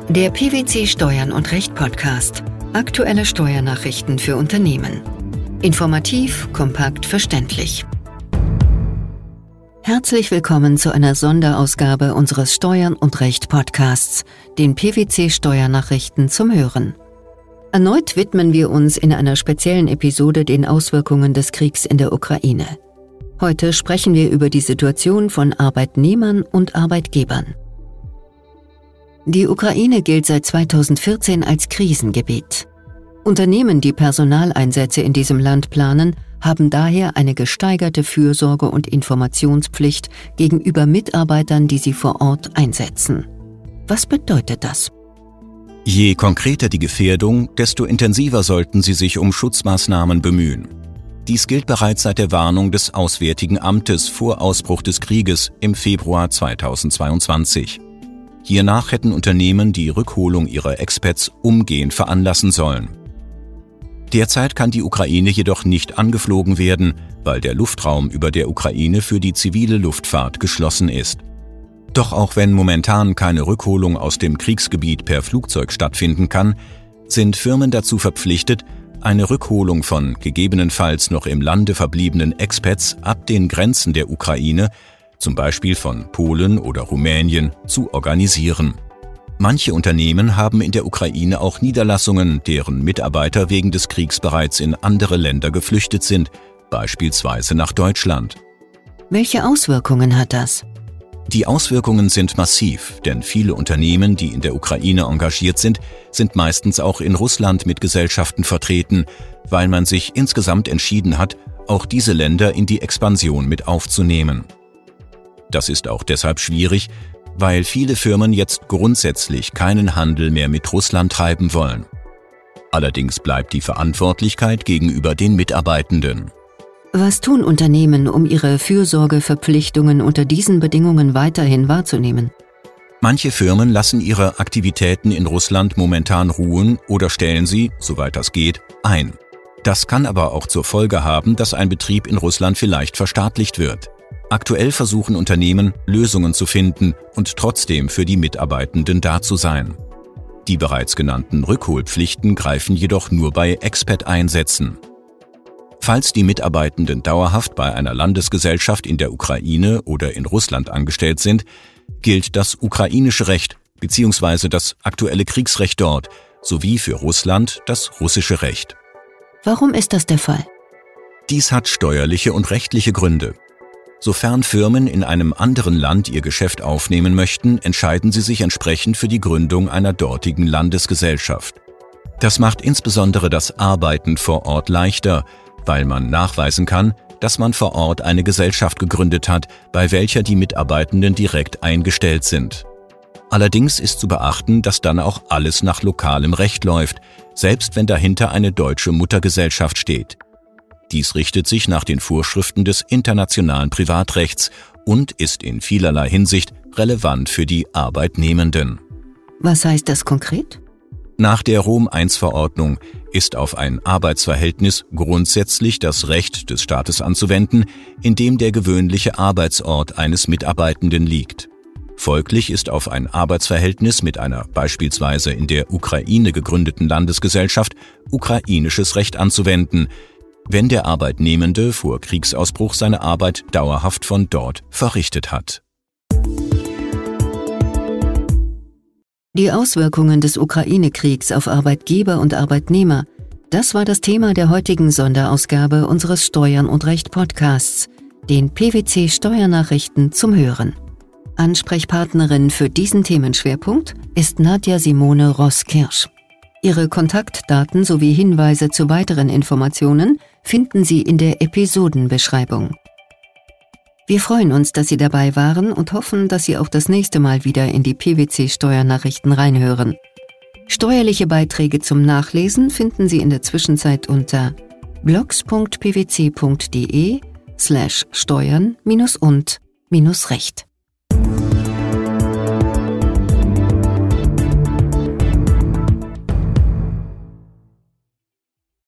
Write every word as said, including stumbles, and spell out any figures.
Der P W C Steuern und Recht Podcast. Aktuelle Steuernachrichten für Unternehmen. Informativ, kompakt, verständlich. Herzlich willkommen zu einer Sonderausgabe unseres Steuern und Recht Podcasts, den P W C Steuernachrichten zum Hören. Erneut widmen wir uns in einer speziellen Episode den Auswirkungen des Kriegs in der Ukraine. Heute sprechen wir über die Situation von Arbeitnehmern und Arbeitgebern. Die Ukraine gilt seit zweitausendvierzehn als Krisengebiet. Unternehmen, die Personaleinsätze in diesem Land planen, haben daher eine gesteigerte Fürsorge- und Informationspflicht gegenüber Mitarbeitern, die sie vor Ort einsetzen. Was bedeutet das? Je konkreter die Gefährdung, desto intensiver sollten sie sich um Schutzmaßnahmen bemühen. Dies gilt bereits seit der Warnung des Auswärtigen Amtes vor Ausbruch des Krieges im Februar zweitausendzweiundzwanzig. Hiernach hätten Unternehmen die Rückholung ihrer Expats umgehend veranlassen sollen. Derzeit kann die Ukraine jedoch nicht angeflogen werden, weil der Luftraum über der Ukraine für die zivile Luftfahrt geschlossen ist. Doch auch wenn momentan keine Rückholung aus dem Kriegsgebiet per Flugzeug stattfinden kann, sind Firmen dazu verpflichtet, eine Rückholung von gegebenenfalls noch im Lande verbliebenen Expats ab den Grenzen der Ukraine, zum Beispiel von Polen oder Rumänien, zu organisieren. Manche Unternehmen haben in der Ukraine auch Niederlassungen, deren Mitarbeiter wegen des Kriegs bereits in andere Länder geflüchtet sind, beispielsweise nach Deutschland. Welche Auswirkungen hat das? Die Auswirkungen sind massiv, denn viele Unternehmen, die in der Ukraine engagiert sind, sind meistens auch in Russland mit Gesellschaften vertreten, weil man sich insgesamt entschieden hat, auch diese Länder in die Expansion mit aufzunehmen. Das ist auch deshalb schwierig, weil viele Firmen jetzt grundsätzlich keinen Handel mehr mit Russland treiben wollen. Allerdings bleibt die Verantwortlichkeit gegenüber den Mitarbeitenden. Was tun Unternehmen, um ihre Fürsorgeverpflichtungen unter diesen Bedingungen weiterhin wahrzunehmen? Manche Firmen lassen ihre Aktivitäten in Russland momentan ruhen oder stellen sie, soweit das geht, ein. Das kann aber auch zur Folge haben, dass ein Betrieb in Russland vielleicht verstaatlicht wird. Aktuell versuchen Unternehmen, Lösungen zu finden und trotzdem für die Mitarbeitenden da zu sein. Die bereits genannten Rückholpflichten greifen jedoch nur bei Expat-Einsätzen. Falls die Mitarbeitenden dauerhaft bei einer Landesgesellschaft in der Ukraine oder in Russland angestellt sind, gilt das ukrainische Recht bzw. das aktuelle Kriegsrecht dort, sowie für Russland das russische Recht. Warum ist das der Fall? Dies hat steuerliche und rechtliche Gründe. Sofern Firmen in einem anderen Land ihr Geschäft aufnehmen möchten, entscheiden sie sich entsprechend für die Gründung einer dortigen Landesgesellschaft. Das macht insbesondere das Arbeiten vor Ort leichter, weil man nachweisen kann, dass man vor Ort eine Gesellschaft gegründet hat, bei welcher die Mitarbeitenden direkt eingestellt sind. Allerdings ist zu beachten, dass dann auch alles nach lokalem Recht läuft, selbst wenn dahinter eine deutsche Muttergesellschaft steht. Dies richtet sich nach den Vorschriften des internationalen Privatrechts und ist in vielerlei Hinsicht relevant für die Arbeitnehmenden. Was heißt das konkret? Nach der Rom eins Verordnung ist auf ein Arbeitsverhältnis grundsätzlich das Recht des Staates anzuwenden, in dem der gewöhnliche Arbeitsort eines Mitarbeitenden liegt. Folglich ist auf ein Arbeitsverhältnis mit einer beispielsweise in der Ukraine gegründeten Landesgesellschaft ukrainisches Recht anzuwenden, wenn der Arbeitnehmende vor Kriegsausbruch seine Arbeit dauerhaft von dort verrichtet hat. Die Auswirkungen des Ukraine-Kriegs auf Arbeitgeber und Arbeitnehmer, das war das Thema der heutigen Sonderausgabe unseres Steuern und Recht Podcasts, den P W C Steuernachrichten zum Hören. Ansprechpartnerin für diesen Themenschwerpunkt ist Nadja Simone Ross-Kirsch. Ihre Kontaktdaten sowie Hinweise zu weiteren Informationen finden Sie in der Episodenbeschreibung. Wir freuen uns, dass Sie dabei waren und hoffen, dass Sie auch das nächste Mal wieder in die P W C Steuernachrichten reinhören. Steuerliche Beiträge zum Nachlesen finden Sie in der Zwischenzeit unter blogs punkt p w c punkt d e slash steuern minus und minus recht.